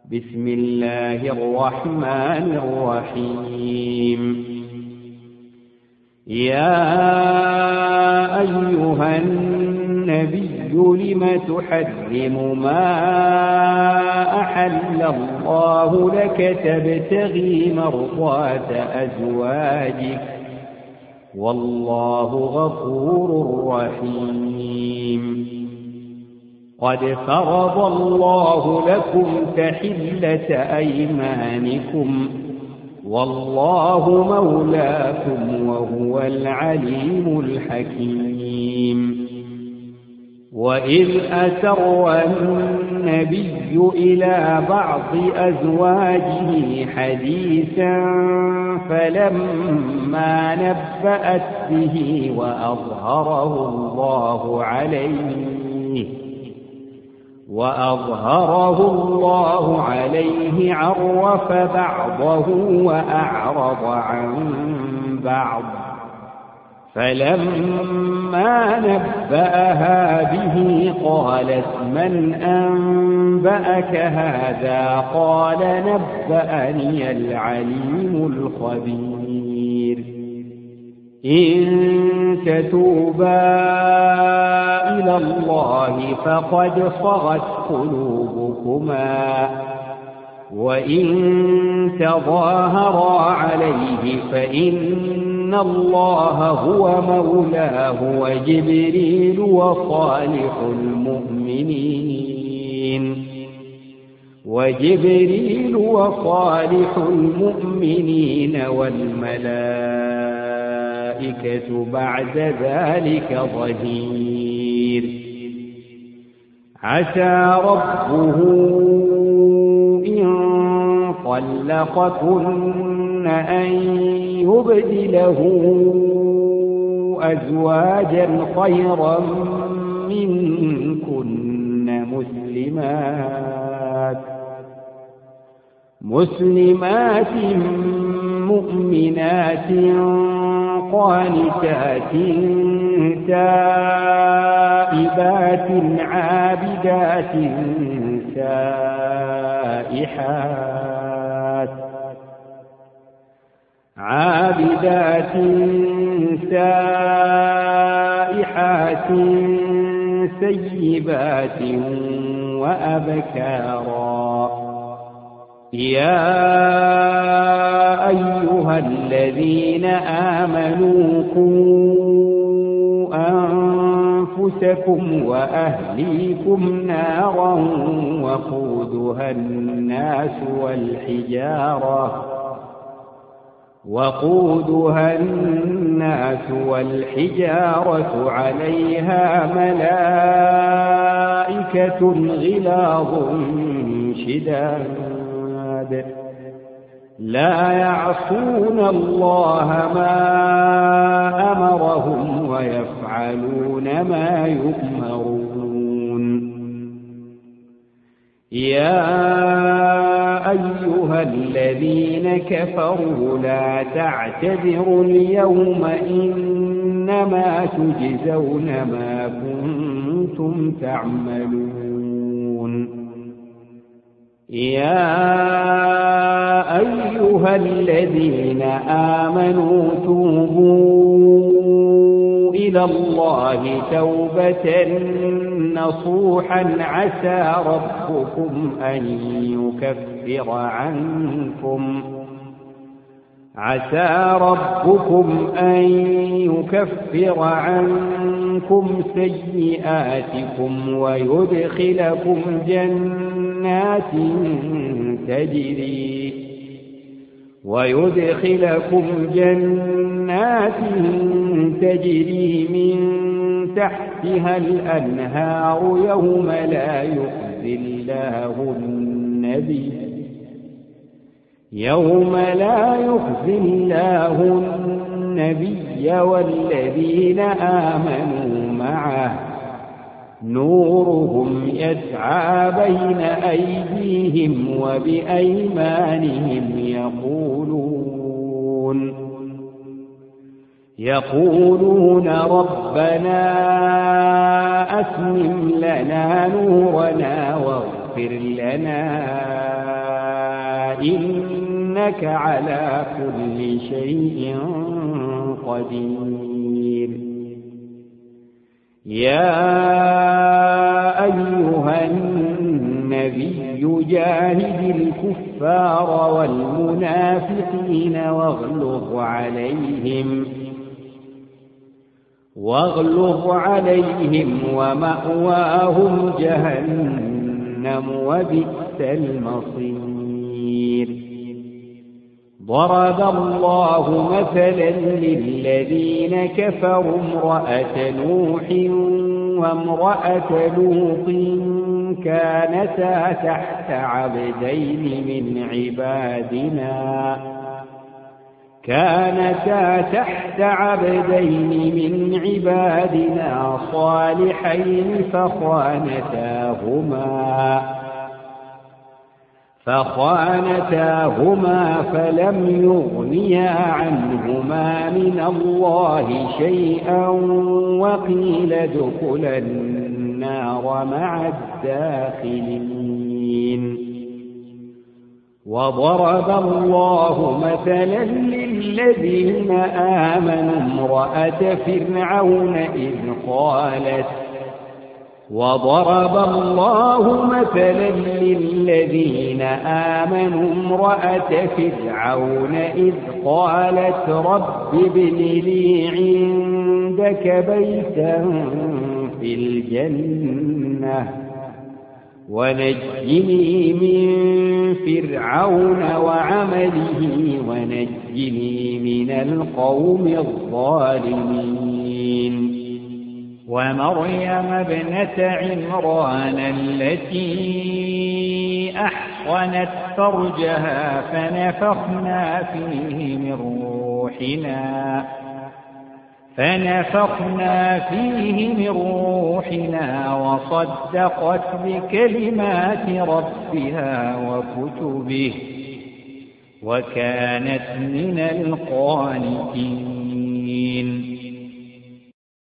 بسم الله الرحمن الرحيم. يا أيها النبي لم تحرم ما أحل الله لك تبتغي مرضات أزواجك والله غفور رحيم. قد فرض الله لكم تحلة أيمانكم والله مولاكم وهو العليم الحكيم. وإذ أسر النبي إلى بعض أزواجه حديثا فلما نبأت به وأظهره الله عليه عرف بعضه وأعرض عن بعض. فلما نبأها به قالت من أنبأك هذا؟ قال نبأني العليم الخبير. إن تتوبا إلى الله فقد صغت قلوبكما وإن تظاهرا عليه فإن الله هو مولاه وجبريل وصالح المؤمنين والملائكة بعد ذلك ظهير. عسى ربه إن طلقكن أن يبدله أزواجا خيرا منكن مسلمات مؤمنات قانتات تائبات عابدات سائحات سيبات وأبكارا. يا أيها الذين آمنوا قوا أنفسكم وأهليكم نارا وقودها الناس والحجارة عليها ملائكة غلاظ شداد لا يعصون الله ما أمرهم ويفعلون ما يؤمرون. يا أيها الذين كفروا لا تعتذروا اليوم إنما تجزون ما كنتم تعملون. يا أيها الذين آمنوا توبوا إلى الله توبة نصوحا عسى ربكم أن يكفر عنكم سيئاتكم ويدخلكم جنات تجري من تحتها الأنهار يوم لا يخزي الله النبي والذين آمنوا معه نورهم يسعى بين أيديهم وبأيمانهم يقولون ربنا أتمم لنا نورنا واغفر فاغفر لنا إنك على كل شيء قدير. يا أيها النبي جاهد الكفار والمنافقين واغلظ عليهم ومأواهم جهنم وبئس المصير. ضرب الله مثلا للذين كفروا امرأة نوح وامرأة لوط كانتا تحت عبدين من عبادنا صالحين فخانتاهما فلم يغنيا عنهما من الله شيئا وقيل ادخلا النار مع الداخلين. وضرب الله مثلا للذين آمنوا امرأة فرعون إذ قالت رب ابن لي عندك بيتا في الجنة ونجني من فرعون وعمله ونجني من القوم الظالمين. ومريم ابنة عمران التي أحصنت فرجها فنفخنا فيه من روحنا وصدقت بكلمات ربها وكتبه وكانت من القانتين.